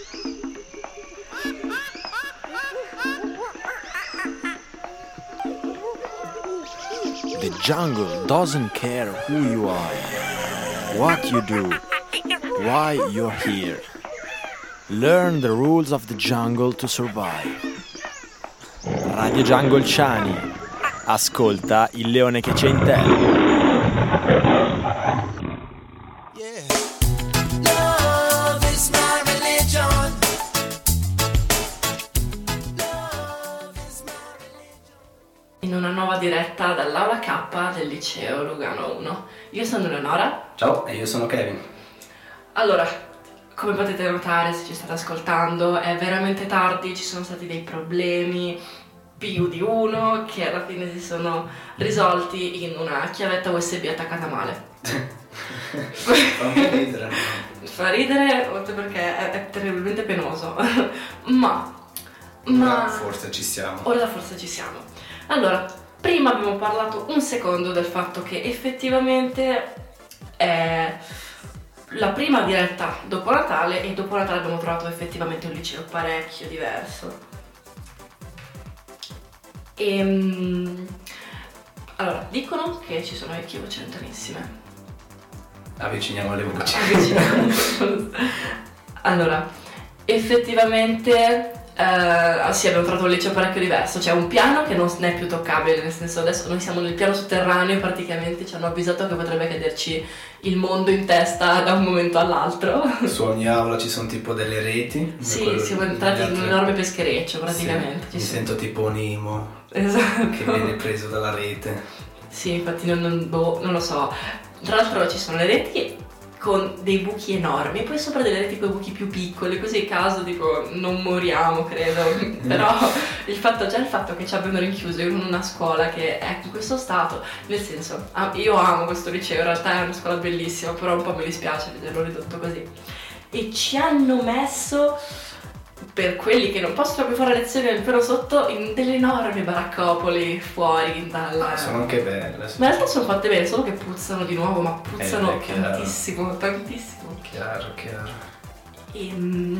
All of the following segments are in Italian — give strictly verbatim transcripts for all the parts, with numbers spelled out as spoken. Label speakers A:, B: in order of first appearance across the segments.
A: The jungle doesn't care who you are, what you do, why you're here. Learn the rules of the jungle to survive. Radio Jungle Ciani. Ascolta il leone che c'è in te.
B: In una nuova diretta dall'aula K del liceo Lugano uno. Io sono Eleonora.
C: Ciao, e io sono Kevin.
B: Allora, come potete notare se ci state ascoltando, è veramente tardi, ci sono stati dei problemi, più di uno, che alla fine si sono risolti in una chiavetta U S B attaccata male.
C: Fa ridere.
B: Fa ridere, oltre perché è, è terribilmente penoso. ma... ma...
C: Ora forse ci siamo.
B: Ora forse ci siamo. Allora, prima abbiamo parlato un secondo del fatto che effettivamente è la prima diretta dopo Natale e dopo Natale abbiamo trovato effettivamente un liceo parecchio diverso. E, allora, dicono che ci sono vecchie voci lontanissime.
C: Avviciniamo le voci.
B: Avviciniamo. Allora, effettivamente... Uh, sì, abbiamo trovato un liceo parecchio diverso. C'è un piano che non è più toccabile, nel senso adesso noi siamo nel piano sotterraneo, praticamente ci hanno avvisato che potrebbe caderci il mondo in testa da un momento all'altro.
C: Su ogni aula ci sono tipo delle reti.
B: Sì, quello, siamo entrati in un enorme peschereccio praticamente.
C: Sì, mi
B: sono...
C: sento tipo Nemo.
B: Esatto.
C: Che viene preso dalla rete.
B: Sì, infatti non, non, boh, non lo so. Tra l'altro ci sono le reti con dei buchi enormi e poi sopra delle reti con buchi più piccoli, così in caso tipo non moriamo, credo. Però il fatto, già il fatto che ci abbiano rinchiuso in una scuola che è in questo stato, nel senso, io amo questo liceo, in realtà è una scuola bellissima, però un po' mi dispiace vederlo ridotto così. E ci hanno messo, per quelli che non possono più fare lezioni nel piano sotto, in delle enormi baraccopoli fuori dalla...
C: Ah, sono anche belle.
B: Ma in realtà sono fatte bene, solo che puzzano di nuovo, ma puzzano
C: eh,
B: tantissimo, tantissimo.
C: Chiaro, chiaro.
B: E,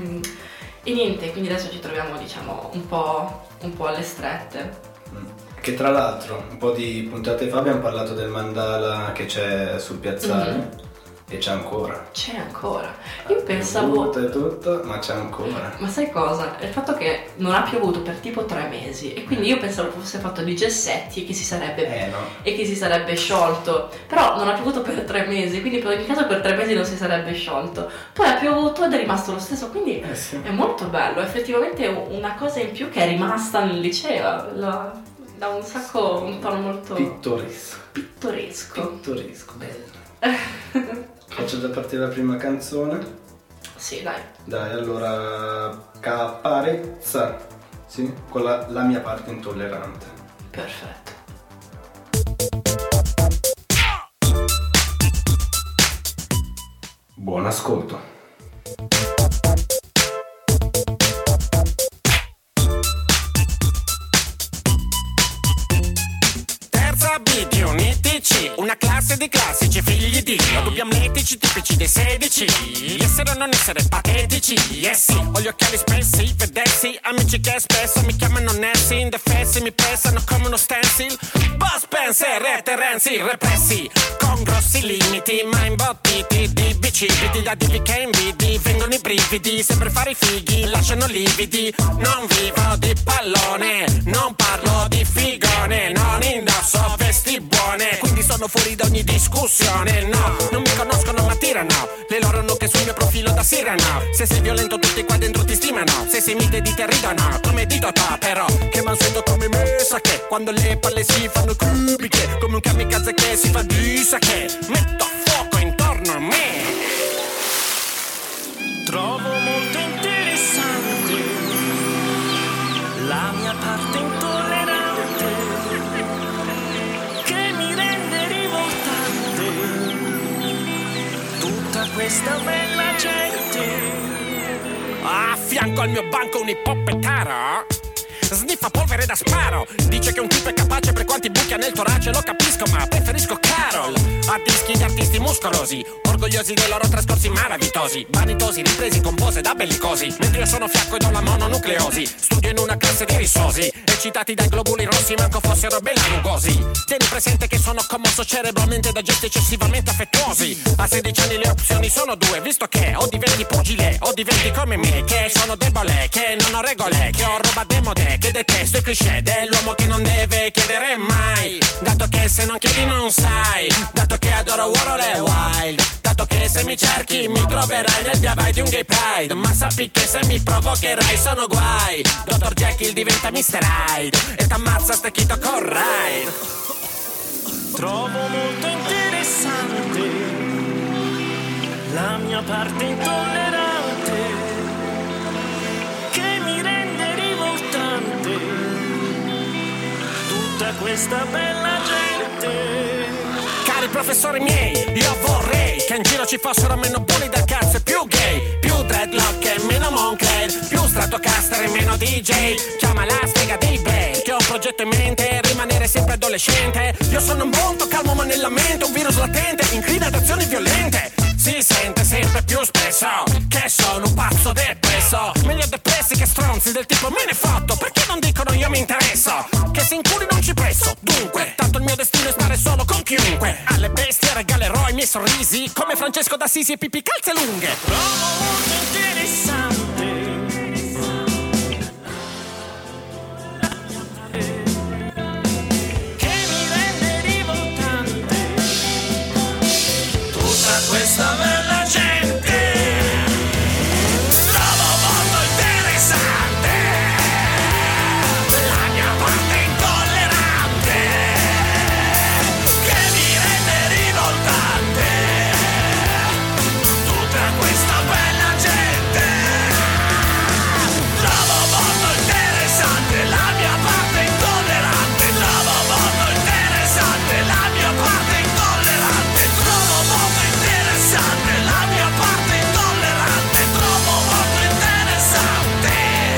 B: e niente, quindi adesso ci troviamo, diciamo, un po', un po' alle strette.
C: Mm. Che tra l'altro, un po' di puntate fa abbiamo parlato del mandala che c'è sul piazzale. Mm-hmm. E c'è ancora.
B: C'è ancora. Io pensavo...
C: e tutto, ma c'è ancora.
B: Ma sai cosa? Il fatto che non ha piovuto per tipo tre mesi e quindi io pensavo fosse fatto di gessetti e che si sarebbe
C: eh, no.
B: e che si sarebbe sciolto. Però non ha piovuto per tre mesi, quindi per ogni caso per tre mesi non si sarebbe sciolto. Poi ha piovuto ed è rimasto lo stesso, quindi
C: eh, sì.
B: È molto bello. Effettivamente una cosa in più che è rimasta nel liceo. La... Da un sacco, un tono molto...
C: Pittoresco.
B: Pittoresco.
C: Pittoresco, bello. Faccio già partire la prima canzone?
B: Sì, dai.
C: Dai, allora... Caparezza. Sì, con la, la mia parte intollerante.
B: Perfetto.
C: Buon ascolto.
D: Una classe di classici, figli di Dio, dubbi amletici, tipici dei sedici. Essere o non essere patetici, yes sì. Ho gli occhiali spessi, vedessi, amici che spesso mi chiamano Nancy, indefessi, mi pressano come uno stencil. Boss Spencer e Terenzi, repressi, con grossi limiti, ma imbottiti di bicipiti, da divi che invidi, vengono i brividi, sempre fare i fighi, lasciano lividi. Non vivo di pallone, non parlo di figone, non indosso vesti buone, quindi sono fuori da ogni discussione. No, non mi conoscono ma tirano le loro nuche sul mio profilo da sirena. Se sei violento tutti qua dentro ti stimano, se sei mite di te ridono come dito ta. Però che mansueto come me sa che quando le palle si fanno cubiche, come un kamikaze che si fa di sa che metto a fuoco intorno a me.
E: Trovo molto interessante la mia parte intollerante che mi rende rivoltante tutta questa bella gente.
D: A fianco al mio banco un ippopettaro sniffa polvere da sparo, dice che un tipo è capace per quanti buchi ha nel torace, lo capisco ma preferisco Carol a dischi di artisti muscolosi. orgogliosi dei loro trascorsi malavitosi, vanitosi, ripresi con pose da bellicosi, mentre io sono fiacco e do la mononucleosi. Studio in una classe di risosi, eccitati dai globuli rossi, manco fossero bellanugosi. Tieni presente che sono commosso cerebralmente da gesti eccessivamente affettuosi. A sedici anni le opzioni sono due, visto che o diventi pugile o diventi come me, che sono debole, che non ho regole, che ho roba demode, che detesto i cliché dell'uomo che non deve chiedere mai, dato che se non chiedi non sai, dato che adoro Warhol e Wild, dato che se mi cerchi mi troverai nel via vai di un gay pride, ma sappi che se mi provocherai sono guai. dottor Jekyll diventa mister Hyde e t'ammazza stecchito con Ride.
E: Trovo molto interessante la mia parte intollerante che mi rende rivoltante tutta questa bella gente.
D: Cari professori miei, io vorrei che in giro ci fossero meno bulli del cazzo e più gay, più dreadlock e meno Moncler, più Stratocaster e meno D J. Chiama la spiega di Bray, che ho un progetto in mente, rimanere sempre adolescente. Io sono un volto calmo ma nella mente un virus latente, incline ad azioni violente. Si sente sempre più spesso che sono un pazzo depresso, meglio depressi che stronzi del tipo me ne fatto, perché non dicono io mi interesso, che se inculi non ci presso, dunque tanto il mio destino è stare solo con chiunque. Alle bestie regalerò i miei sorrisi come Francesco d'Assisi e Pippi calze lunghe.
E: Trovo molto interessante che mi rende rivoltante tutta questa bella gente. Trovo molto interessante la mia parte intollerante che mi rende rivoltante tutta questa bella gente. Trovo molto interessante la mia parte intollerante. Trovo molto interessante la mia parte intollerante. Trovo molto interessante la mia parte intollerante. Trovo molto interessante.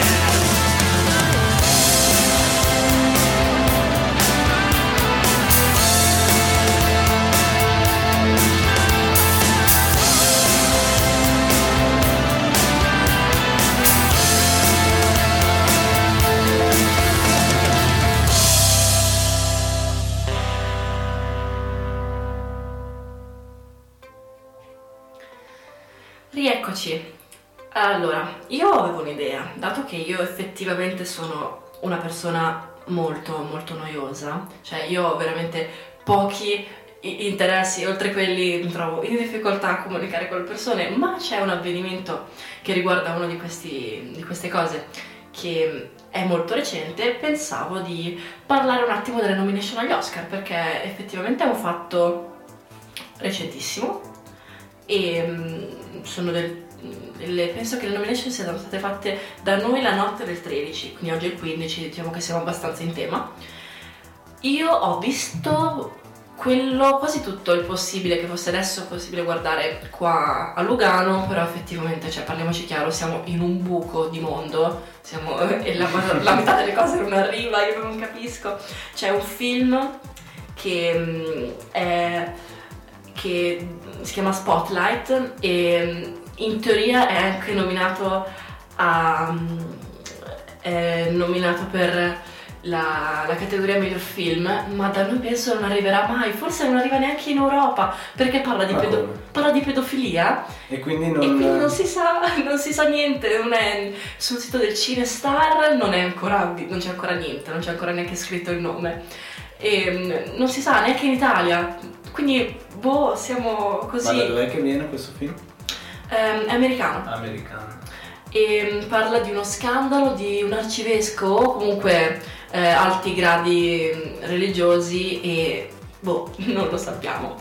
B: Rieccoci. Allora, io avevo un'idea, dato che io effettivamente sono una persona molto molto noiosa, cioè io ho veramente pochi i- interessi, oltre quelli mi trovo in difficoltà a comunicare con le persone, ma c'è un avvenimento che riguarda una di, questi, di queste cose che è molto recente. Pensavo di parlare un attimo delle nomination agli Oscar, perché effettivamente è un fatto recentissimo e mm, sono del, delle, penso che le nomination siano state fatte da noi la notte del tredici, quindi oggi è il quindici, diciamo che siamo abbastanza in tema. Io ho visto quello, quasi tutto il possibile che fosse adesso possibile guardare qua a Lugano, però effettivamente, cioè, parliamoci chiaro, siamo in un buco di mondo, siamo, e la, la metà delle cose non arriva, io non capisco. C'è un film che mm, è che si chiama Spotlight e in teoria è anche nominato a è nominato per la, la categoria miglior film, ma da noi penso non arriverà mai, forse non arriva neanche in Europa, perché parla di, pedo, parla di pedofilia
C: E quindi non...
B: e quindi non si sa, non si sa niente, non è sul sito del Cinestar, non è ancora, non c'è ancora niente, non c'è ancora neanche scritto il nome e non si sa neanche in Italia, quindi boh, siamo così.
C: Ma da dov'è che viene questo film?
B: Ehm, è americano.
C: Americano.
B: E parla di uno scandalo di un arcivescovo o comunque eh, alti gradi religiosi e boh, non lo sappiamo.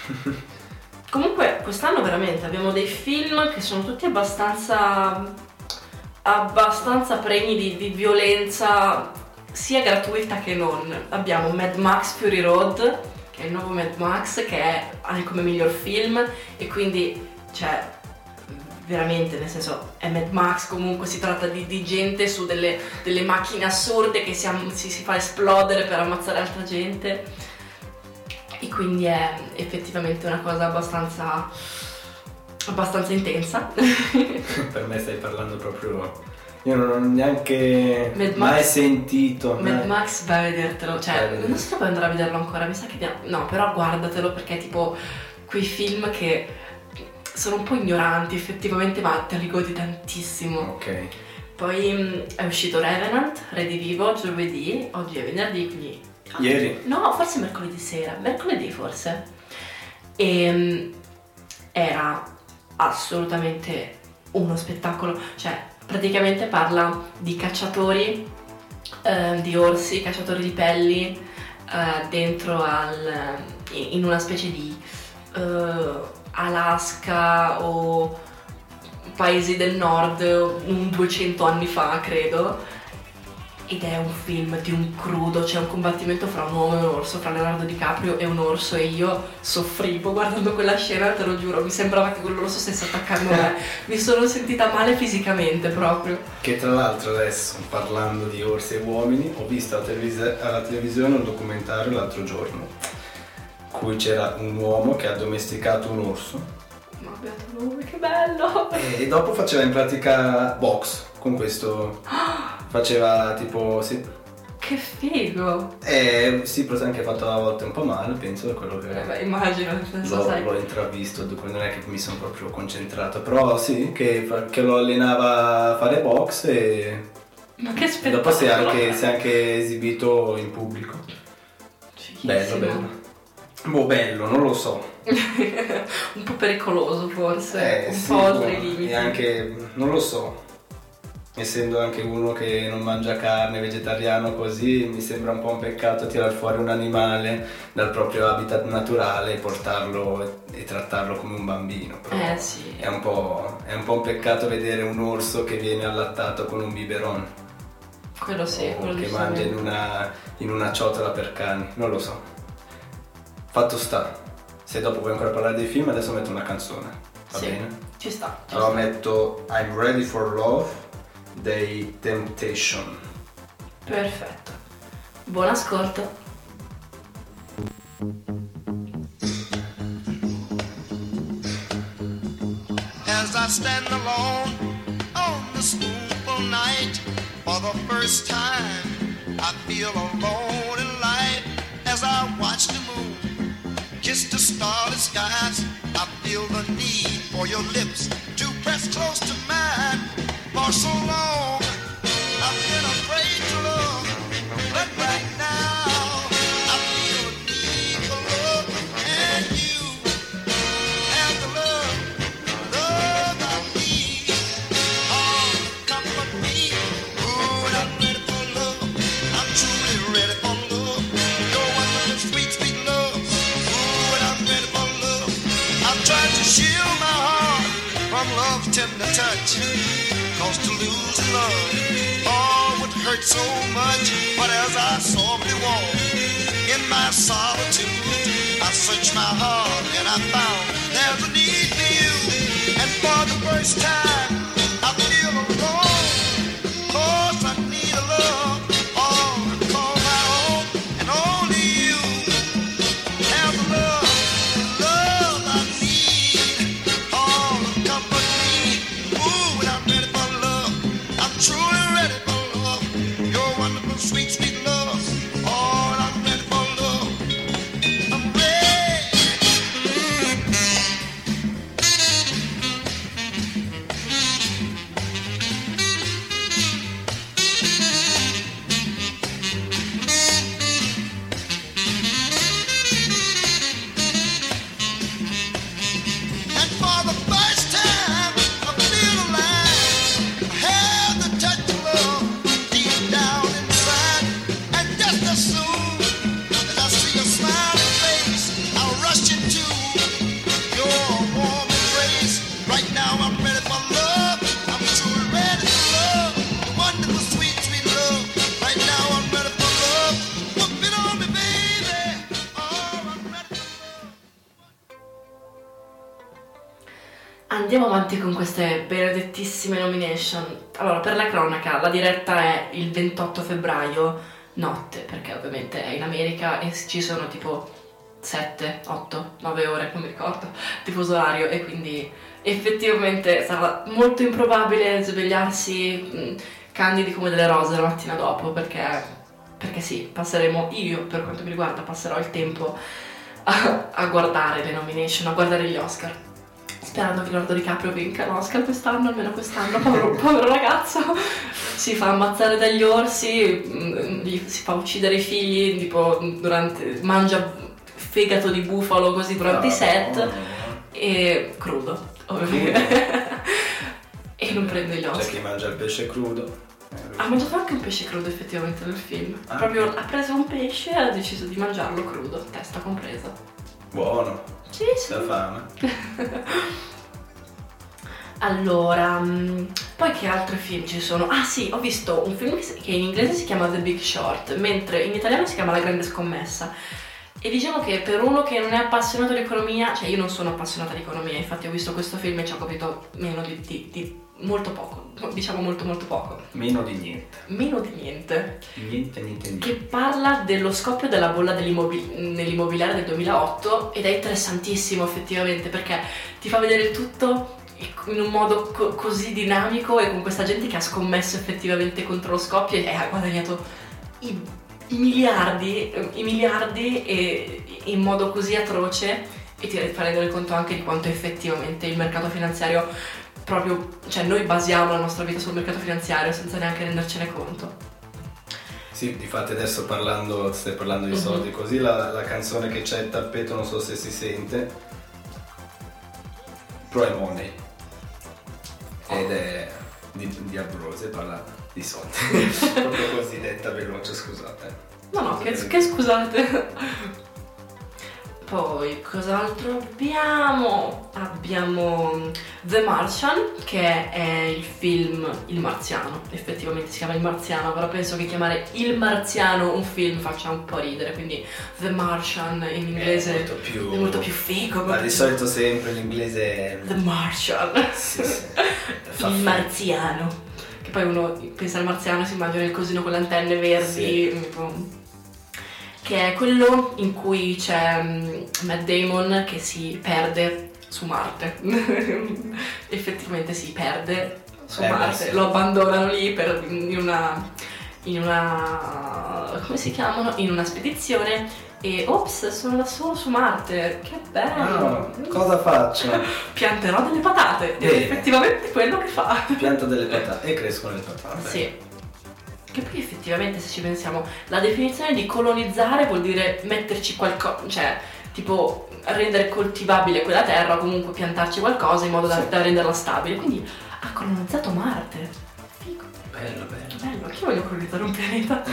B: Comunque quest'anno veramente abbiamo dei film che sono tutti abbastanza abbastanza pregni di, di violenza sia gratuita che non. Abbiamo Mad Max Fury Road, che è il nuovo Mad Max, che è anche come miglior film e quindi cioè veramente, nel senso, è Mad Max, comunque si tratta di, di gente su delle, delle macchine assurde che si, si, si fa esplodere per ammazzare altra gente e quindi è effettivamente una cosa abbastanza abbastanza intensa.
C: Per me stai parlando proprio... Io non ho neanche
B: Mad
C: mai
B: Max-
C: sentito.
B: Mad
C: mai-
B: Max, vai a vedertelo,
C: Vai a
B: cioè
C: vederlo.
B: non so se puoi andare a vederlo ancora, mi sa che ti- no, però guardatelo perché è tipo quei film che sono un po' ignoranti effettivamente, ma te li godi tantissimo.
C: Ok.
B: Poi mh, è uscito Revenant, Redivivo, giovedì, oggi è venerdì, quindi...
C: Ieri?
B: No, forse mercoledì sera, mercoledì forse. E mh, era assolutamente uno spettacolo, cioè praticamente parla di cacciatori eh, di orsi, cacciatori di pelli eh, dentro al, in una specie di eh, Alaska o paesi del nord un duecento anni fa credo, ed è un film di un crudo, c'è un combattimento fra un uomo e un orso, fra Leonardo DiCaprio e un orso, e io soffrivo guardando quella scena, te lo giuro, mi sembrava che quell'orso stesse attaccando me, mi sono sentita male fisicamente proprio.
C: Che tra l'altro adesso, parlando di orsi e uomini, ho visto alla, televise- alla televisione un documentario l'altro giorno, in cui c'era un uomo che ha addomesticato un orso
B: Ma beato lui, che bello!
C: e dopo faceva in pratica box con questo, faceva tipo, sì,
B: Che figo!
C: e sì, però si è anche fatto a volte un po' male, penso, da quello che...
B: Eh beh, immagino, nel senso,
C: L'ho,
B: sai.
C: l'ho intravisto, dunque non è che mi sono proprio concentrato, però sì, che, fa- che lo allenava a fare box e,
B: Ma che
C: e
B: spettacolo!
C: dopo si è, anche, si è anche esibito in pubblico.
B: Fighissimo.
C: Bello, bello. Boh, bello, non lo so.
B: Un po' pericoloso forse,
C: Eh,
B: un
C: sì,
B: po' oltre
C: boh,
B: i limiti.
C: e anche, non lo so, essendo anche uno che non mangia carne, vegetariano così, mi sembra un po' un peccato tirar fuori un animale dal proprio habitat naturale e portarlo e, e trattarlo come un bambino. Però
B: Eh sì.
C: È un, po', è un po' un peccato vedere un orso che viene allattato con un biberon
B: Quello sì,
C: o
B: quello
C: che
B: giustamente.
C: mangia in una, in una ciotola per cani, non lo so. Fatto sta, se dopo vuoi ancora parlare dei film adesso metto una canzone, va
B: Sì,
C: bene?
B: ci sta. Ci
C: Allora
B: sta.
C: metto I'm Ready for Love dei Temptation.
B: Perfetto. Buon ascolto.
E: As I stand alone on this moonful night, for the first time I feel alone in life. As I watch the moon kiss the starless skies, I feel the need for your lips to press close to mine. For so long I've been afraid to love, but right now I feel a need for love, and you have the love, love I need. Oh, comfort me, ooh, and I'm ready for love. I'm truly ready for love. You're one of the sweet, sweet love. Ooh, and I'm ready for love. I've tried to shield my heart from love's tender touch, 'cause to lose love, oh, would hurt so much. But as I softly walk in my solitude, I searched my heart and I found there's a need for you. And for the first time I feel alone, 'cause I need a love, oh, to call my own. And only you have the love, love I need, oh, to comfort me. Ooh, and I'm ready for love, I'm truly ready for love. You're wonderful, sweet, sweet love, oh, and I'm ready for love. I'm ready. And for the first time, I feel alive. I have the touch of love deep down inside. And just as soon as I see your smiling face, I'll rush into your warm embrace. Right now I'm ready for love. I'm truly ready for love. The wonderful, sweet, sweet love. Right now I'm ready for love. Put it on me, baby. Oh, I'm ready for love.
B: Andiamo avanti con queste benedettissime nomination. Allora, per la cronaca, la diretta è il ventotto febbraio, notte, perché ovviamente è in America e ci sono tipo sette, otto, nove ore, non mi ricordo, di fuso orario, e quindi effettivamente sarà molto improbabile svegliarsi mh, candidi come delle rose la mattina dopo, perché, perché sì, passeremo, io per quanto mi riguarda passerò il tempo a, a guardare le nomination, a guardare gli Oscar, sperando che Leonardo DiCaprio vinca l'Oscar quest'anno, almeno quest'anno. Povero, povero ragazzo, si fa ammazzare dagli orsi, mh, gli si fa uccidere i figli, tipo durante, mangia fegato di bufalo così durante i set, e crudo ovviamente. E non prende gli Oscar.
C: C'è chi mangia il pesce crudo.
B: Ha mangiato anche un pesce crudo effettivamente nel film.
C: Ah,
B: Proprio
C: ok.
B: ha preso un pesce e ha deciso di mangiarlo crudo, testa compresa.
C: Buono.
B: Sì, sì.
C: Da fame.
B: Allora, mh, poi che altri film ci sono? Ah sì, ho visto un film che si- che in inglese si chiama The Big Short, mentre in italiano si chiama La Grande Scommessa. E diciamo che per uno che non è appassionato di economia, cioè io non sono appassionata di economia, infatti ho visto questo film e ci ho capito meno di, di, di molto poco, diciamo molto molto poco,
C: Meno di niente.
B: meno di niente,
C: Niente, niente, niente.
B: che parla dello scoppio della bolla dell'immobi- nell'immobiliare del duemilaotto ed è interessantissimo effettivamente perché ti fa vedere il tutto in un modo co- così dinamico e con questa gente che ha scommesso effettivamente contro lo scoppio e ha guadagnato i, i miliardi, i miliardi e, in modo così atroce, e ti fa rendere conto anche di quanto effettivamente il mercato finanziario proprio, cioè noi basiamo la nostra vita sul mercato finanziario senza neanche rendercene conto.
C: Sì, difatti adesso parlando, stai parlando di
B: Mhm.
C: soldi, così la, la canzone che c'è il tappeto, non so se si sente, Pro e Money, ed è di, di Abrose, parla di soldi, proprio così detta veloce, scusate.
B: No, no, che, che scusate. Poi, cos'altro abbiamo? Abbiamo The Martian, che è il film Il Marziano. Effettivamente si chiama Il Marziano, però penso che chiamare Il Marziano un film faccia un po' ridere, quindi The Martian in inglese
C: È molto più,
B: è molto più figo.
C: ma
B: molto
C: di
B: più-
C: solito sempre l'inglese è...
B: The Martian.
C: Sì, sì. Fa
B: Il
C: fi-
B: Marziano. Che poi uno pensa al marziano e si immagina il cosino con le antenne verdi. tipo- Che è quello in cui c'è um, Matt Damon che si perde su Marte. Effettivamente si perde su
C: Eh, beh,
B: Marte.
C: sì.
B: Lo abbandonano lì per, in una... in una... come si chiamano? In una spedizione. E ops, sono da solo su Marte. Che bello!
C: No, cosa faccio?
B: Pianterò delle patate. Ed è
C: Bene.
B: effettivamente quello che fa.
C: Pianta delle patate e crescono le patate.
B: Sì. Che poi effettivamente se ci pensiamo, la definizione di colonizzare vuol dire metterci qualcosa, cioè tipo rendere coltivabile quella terra o comunque piantarci qualcosa in modo da,
C: Sì.
B: da renderla stabile. Quindi ha colonizzato Marte. Figo.
C: Bello, bello.
B: Bello, anch'io voglio colonizzare un pianeta.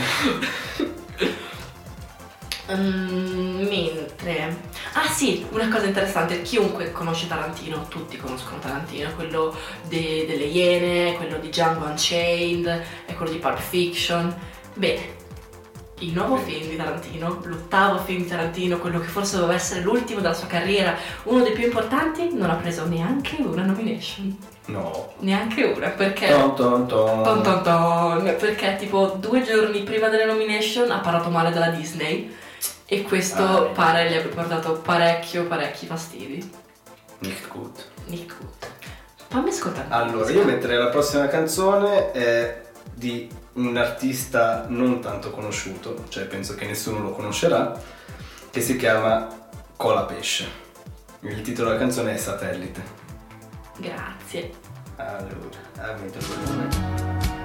B: Mm, mentre... Ah sì, una cosa interessante, chiunque conosce Tarantino, tutti conoscono Tarantino, quello de- delle Iene, quello di Django Unchained e quello di Pulp Fiction. Bene, il nuovo film di Tarantino, l'ottavo film di Tarantino, quello che forse doveva essere l'ultimo della sua carriera, uno dei più importanti, non ha preso neanche una nomination.
C: No.
B: Neanche una, perché...
C: Ton, ton, ton.
B: Ton ton ton, perché tipo due giorni prima delle nomination ha parlato male della Disney e questo
C: Ah,
B: pare gli abbia portato parecchio parecchi fastidi.
C: Nicht gut.
B: Nick Good. Fammi ascoltare.
C: Allora, io metterei la prossima canzone è di un artista non tanto conosciuto, cioè penso che nessuno lo conoscerà, che si chiama Colapesce. Il titolo della canzone è Satellite.
B: Grazie.
C: Allora, ah, metto il volume.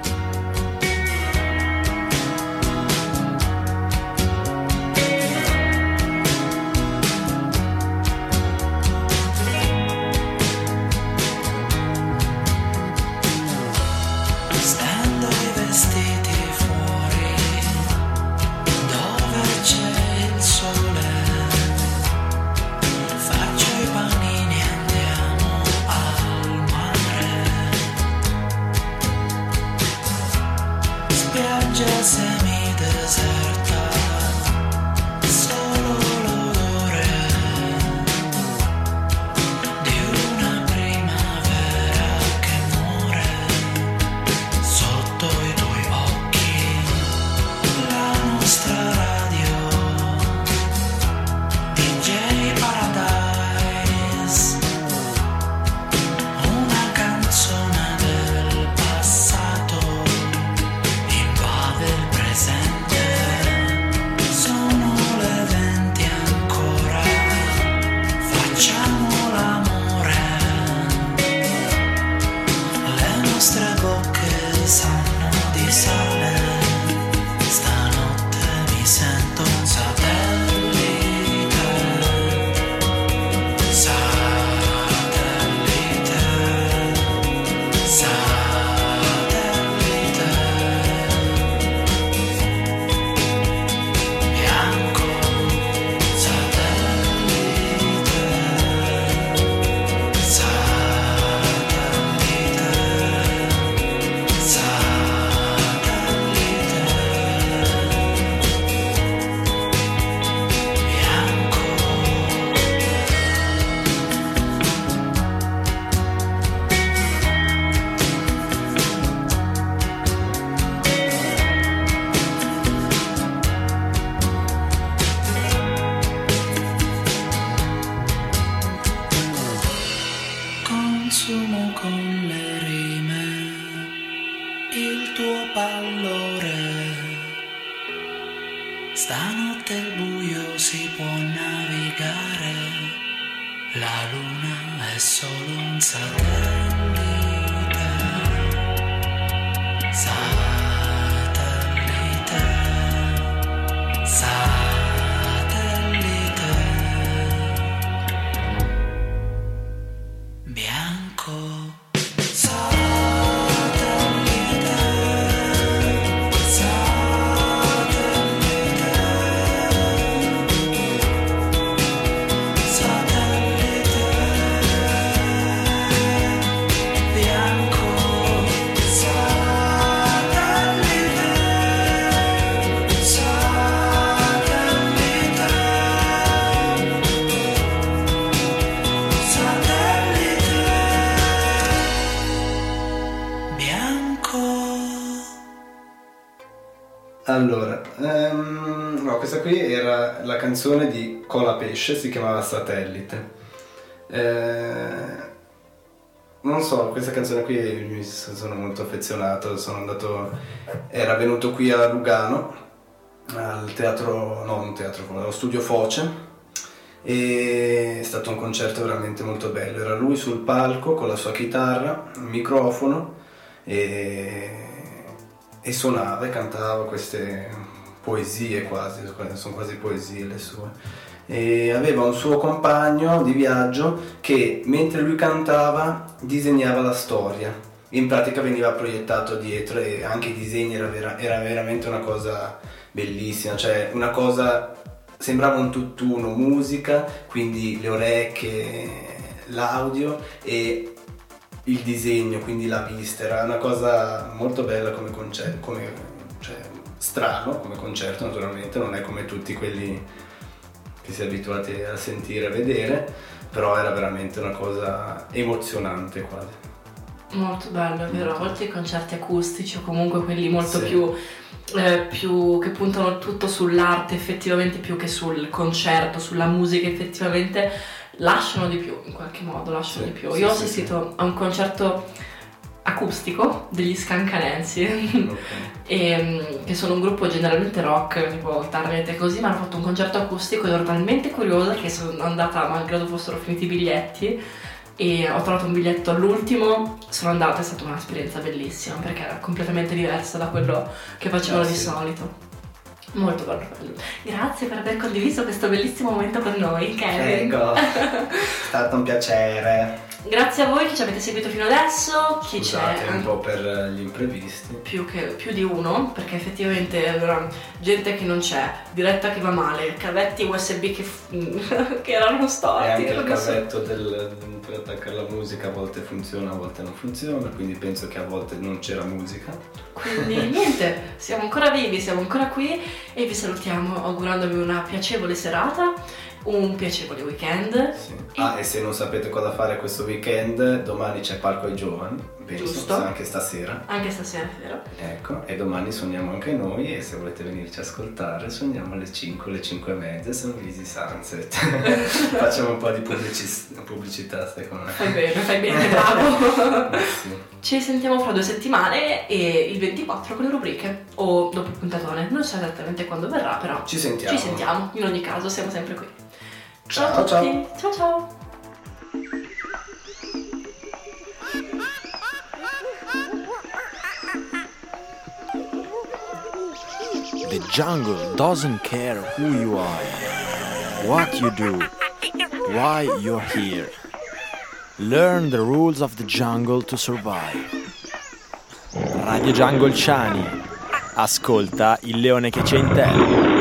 E: Stendo i vestiti fuori dove c'è il sole, faccio i panini e andiamo al mare, spiaggia semideserta, solo l'odore di una primavera che muore sotto i tuoi occhi, la nostra radio, D J Paradise, sonno di sole, stanotte mi sento un satellite, satellite, satellite, bianco, satellite, satellite, satellite, bianco. Consumo con le rime il tuo pallore. Stanotte il buio si può navigare, la luna è solo un satellite, satellite, satellite, bianco, satellite, satellite, satellite, bianco, satellite, satellite, satellite, bianco.
C: Allora, ehm, no, questa qui era la canzone di Colapesce, si chiamava Satellite. Eh, non so, questa canzone qui mi sono molto affezionato, sono andato, era venuto qui a Lugano, al teatro, no un teatro, allo studio Foce, e è stato un concerto veramente molto bello. Era lui sul palco con la sua chitarra, il microfono, e e suonava e cantava queste poesie quasi, sono quasi poesie le sue. E aveva un suo compagno di viaggio che mentre lui cantava disegnava la storia. In pratica veniva proiettato dietro e anche i disegni era, vera, era veramente una cosa bellissima, cioè una cosa, sembrava un tutt'uno, musica, quindi le orecchie, l'audio e il disegno, quindi la vista, era una cosa molto bella come concerto, come, cioè, strano come concerto naturalmente, non è come tutti quelli che si è abituati a sentire e a vedere, però era veramente una cosa emozionante quasi.
B: Molto bello, è vero, a volte i concerti acustici o comunque quelli molto
C: Sì.
B: più, eh, più che puntano tutto sull'arte effettivamente più che sul concerto, sulla musica effettivamente, lasciano di più in qualche modo, lasciano
C: Sì,
B: di più.
C: sì,
B: Io ho
C: sì,
B: assistito a un concerto acustico degli Scancanensi
C: Ok.
B: e, che sono un gruppo generalmente rock, tipo Target e così, ma hanno fatto un concerto acustico e ero talmente curiosa che sono andata, malgrado fossero finiti i biglietti, e ho trovato un biglietto all'ultimo, sono andata, è stata un'esperienza bellissima perché era completamente diversa da quello che facevano
C: Ah,
B: di
C: sì.
B: solito. Molto bello. Grazie per aver condiviso questo bellissimo momento per noi, Kevin.
C: Ecco, è stato un piacere.
B: Grazie a voi che ci avete seguito fino adesso, chi
C: Scusate
B: c'è
C: un po' per gli imprevisti.
B: più, che, più di uno, perché effettivamente allora, gente che non c'è, diretta che va male, cavetti U S B che, f- che erano
C: E
B: storti.
C: anche il
B: non so.
C: cavetto del, per attaccare la musica a volte funziona, a volte non funziona, quindi penso che a volte non c'era musica.
B: Quindi niente, siamo ancora vivi, siamo ancora qui e vi salutiamo augurandovi una piacevole serata, un piacevole weekend.
C: Sì. Ah, e se non sapete cosa fare questo weekend, domani c'è Palco ai Giovani, penso,
B: Giusto.
C: anche stasera.
B: Anche stasera, vero?
C: Ecco, e domani suoniamo anche noi e se volete venirci a ascoltare suoniamo alle cinque, alle cinque e mezza, sono Easy Sunset. Facciamo un po' di pubblici- pubblicità secondo me.
B: Fai bene, fai bene, bravo.
C: Sì.
B: Ci sentiamo fra due settimane e il ventiquattro con le rubriche o dopo il puntatone, non so esattamente quando verrà, però
C: Ci sentiamo.
B: ci sentiamo, in ogni caso siamo sempre qui.
C: Ciao,
B: a tutti, ciao ciao.
E: Ciao.
A: The jungle doesn't care who you are, what you do, why you're here. Learn the rules of the jungle to survive. Radio Jungle Ciani. Ascolta il leone che c'è in te.